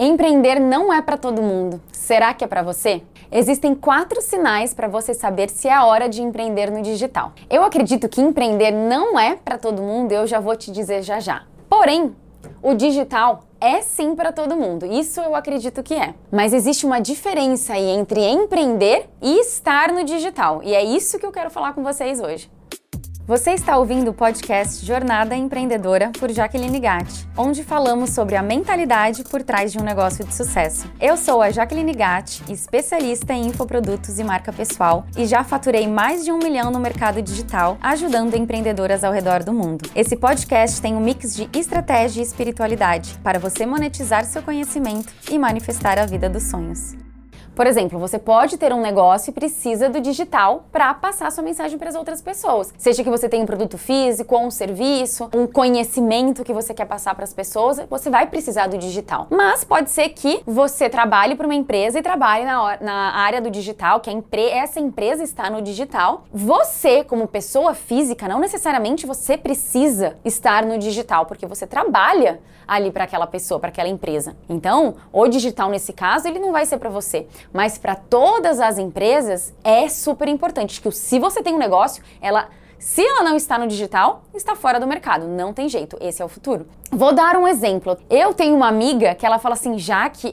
Empreender não é para todo mundo. Será que é para você? Existem 4 sinais para você saber se é a hora de empreender no digital. Eu acredito que empreender não é para todo mundo, eu já vou te dizer já já. Porém, o digital é sim para todo mundo, isso eu acredito que é. Mas existe uma diferença aí entre empreender e estar no digital, e é isso que eu quero falar com vocês hoje. Você está ouvindo o podcast Jornada Empreendedora por Jaqueline Gatti, onde falamos sobre a mentalidade por trás de um negócio de sucesso. Eu sou a Jaqueline Gatti, especialista em infoprodutos e marca pessoal, e já faturei mais de 1 milhão no mercado digital, ajudando empreendedoras ao redor do mundo. Esse podcast tem um mix de estratégia e espiritualidade, para você monetizar seu conhecimento e manifestar a vida dos sonhos. Por exemplo, você pode ter um negócio e precisa do digital para passar sua mensagem para as outras pessoas. Seja que você tenha um produto físico ou um serviço, um conhecimento que você quer passar para as pessoas, você vai precisar do digital. Mas pode ser que você trabalhe para uma empresa e trabalhe na área do digital, que essa empresa está no digital. Você, como pessoa física, não necessariamente você precisa estar no digital, porque você trabalha ali para aquela pessoa, para aquela empresa. Então, o digital nesse caso, ele não vai ser para você. Mas para todas as empresas é super importante que se você tem um negócio, se ela não está no digital, está fora do mercado. Não tem jeito, esse é o futuro. Vou dar um exemplo. Eu tenho uma amiga que ela fala assim, Jaque,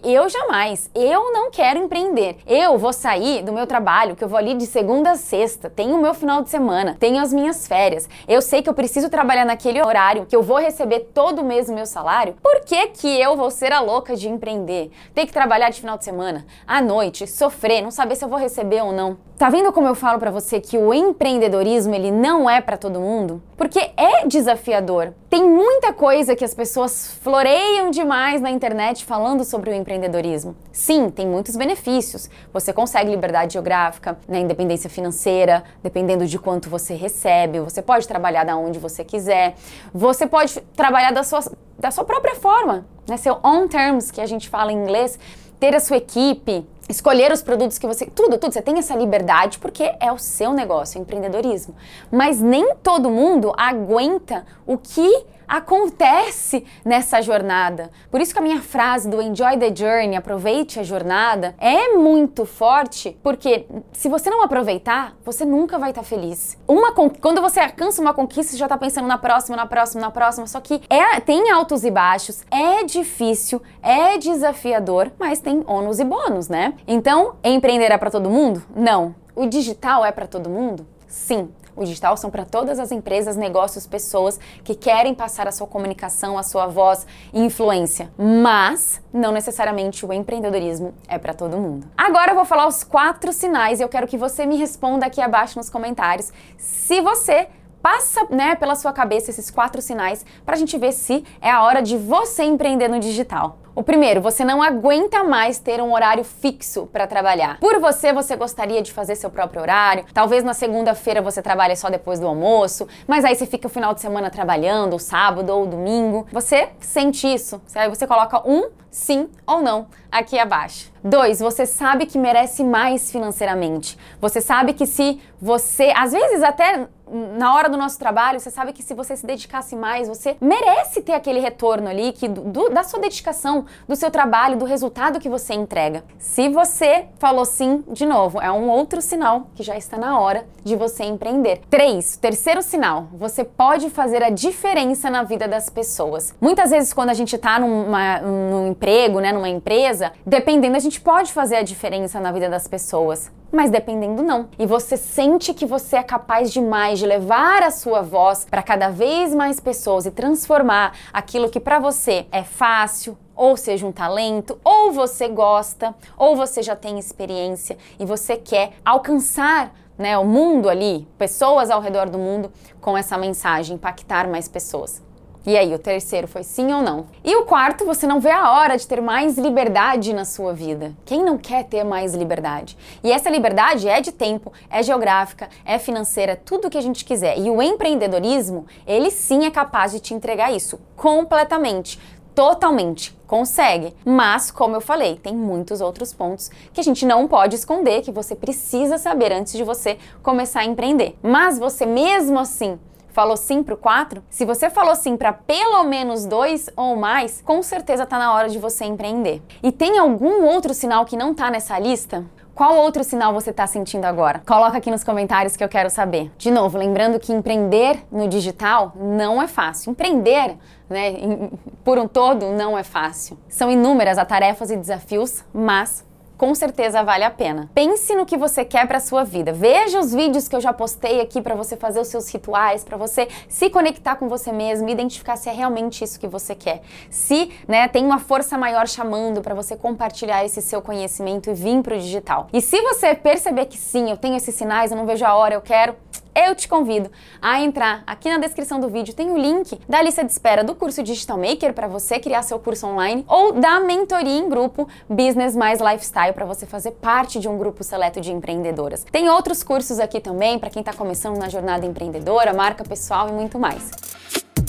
eu não quero empreender. Eu vou sair do meu trabalho, que eu vou ali de segunda a sexta, tenho o meu final de semana, tenho as minhas férias. Eu sei que eu preciso trabalhar naquele horário, que eu vou receber todo mês o meu salário. Por que eu vou ser a louca de empreender? Ter que trabalhar de final de semana, à noite, sofrer, não saber se eu vou receber ou não. Tá vendo como eu falo pra você que o empreendedorismo, ele não é pra todo mundo? Porque é desafiador. Tem muita coisa que as pessoas floreiam demais na internet falando sobre o empreendedorismo. Sim, tem muitos benefícios. Você consegue liberdade geográfica, independência financeira, dependendo de quanto você recebe. Você pode trabalhar da onde você quiser. Você pode trabalhar da sua própria forma, seu own terms, que a gente fala em inglês, ter a sua equipe, escolher os produtos que você... Tudo, você tem essa liberdade porque é o seu negócio, é empreendedorismo. Mas nem todo mundo aguenta o que acontece nessa jornada. Por isso que a minha frase do Enjoy the Journey, aproveite a jornada, é muito forte, porque se você não aproveitar, você nunca vai estar feliz. Quando você alcança uma conquista, você já está pensando na próxima, só que tem altos e baixos, é difícil, é desafiador, mas tem ônus e bônus, né? Então, empreender é para todo mundo? Não. O digital é para todo mundo? Sim. O digital são para todas as empresas, negócios, pessoas que querem passar a sua comunicação, a sua voz e influência. Mas não necessariamente o empreendedorismo é para todo mundo. Agora eu vou falar os 4 sinais e eu quero que você me responda aqui abaixo nos comentários se você passa, pela sua cabeça esses 4 sinais para a gente ver se é a hora de você empreender no digital. O primeiro, você não aguenta mais ter um horário fixo para trabalhar. Por você gostaria de fazer seu próprio horário. Talvez na segunda-feira você trabalhe só depois do almoço, mas aí você fica o final de semana trabalhando, ou sábado ou domingo. Você sente isso? Aí você coloca sim ou não aqui abaixo. 2, você sabe que merece mais financeiramente. Você sabe que se você, às vezes até na hora do nosso trabalho, você sabe que se você se dedicasse mais, você merece ter aquele retorno ali da sua dedicação, do seu trabalho, do resultado que você entrega. Se você falou sim, de novo, é um outro sinal que já está na hora de você empreender. 3, terceiro sinal, você pode fazer a diferença na vida das pessoas. Muitas vezes quando a gente está num emprego, numa empresa, dependendo, a gente pode fazer a diferença na vida das pessoas. Mas dependendo não. E você sente que você é capaz demais de levar a sua voz para cada vez mais pessoas e transformar aquilo que para você é fácil, ou seja um talento, ou você gosta, ou você já tem experiência e você quer alcançar o mundo ali, pessoas ao redor do mundo com essa mensagem, impactar mais pessoas. E aí, o terceiro foi sim ou não? E o quarto, você não vê a hora de ter mais liberdade na sua vida. Quem não quer ter mais liberdade? E essa liberdade é de tempo, é geográfica, é financeira, tudo o que a gente quiser. E o empreendedorismo, ele sim é capaz de te entregar isso completamente, totalmente. Consegue. Mas, como eu falei, tem muitos outros pontos que a gente não pode esconder, que você precisa saber antes de você começar a empreender. Mas você mesmo assim Falou sim pro 4? Se você falou sim para pelo menos 2 ou mais, com certeza tá na hora de você empreender. E tem algum outro sinal que não tá nessa lista? Qual outro sinal você está sentindo agora? Coloca aqui nos comentários que eu quero saber. De novo, lembrando que empreender no digital não é fácil. Empreender, por um todo, não é fácil. São inúmeras as tarefas e desafios, mas com certeza vale a pena. Pense no que você quer para sua vida. Veja os vídeos que eu já postei aqui para você fazer os seus rituais, para você se conectar com você mesmo, identificar se é realmente isso que você quer. Se, tem uma força maior chamando para você compartilhar esse seu conhecimento e vir para o digital. E se você perceber que sim, eu tenho esses sinais, eu não vejo a hora, eu quero, eu te convido a entrar aqui na descrição do vídeo, tem o link da lista de espera do curso Digital Maker para você criar seu curso online ou da mentoria em grupo Business mais Lifestyle para você fazer parte de um grupo seleto de empreendedoras. Tem outros cursos aqui também para quem está começando na jornada empreendedora, marca pessoal e muito mais.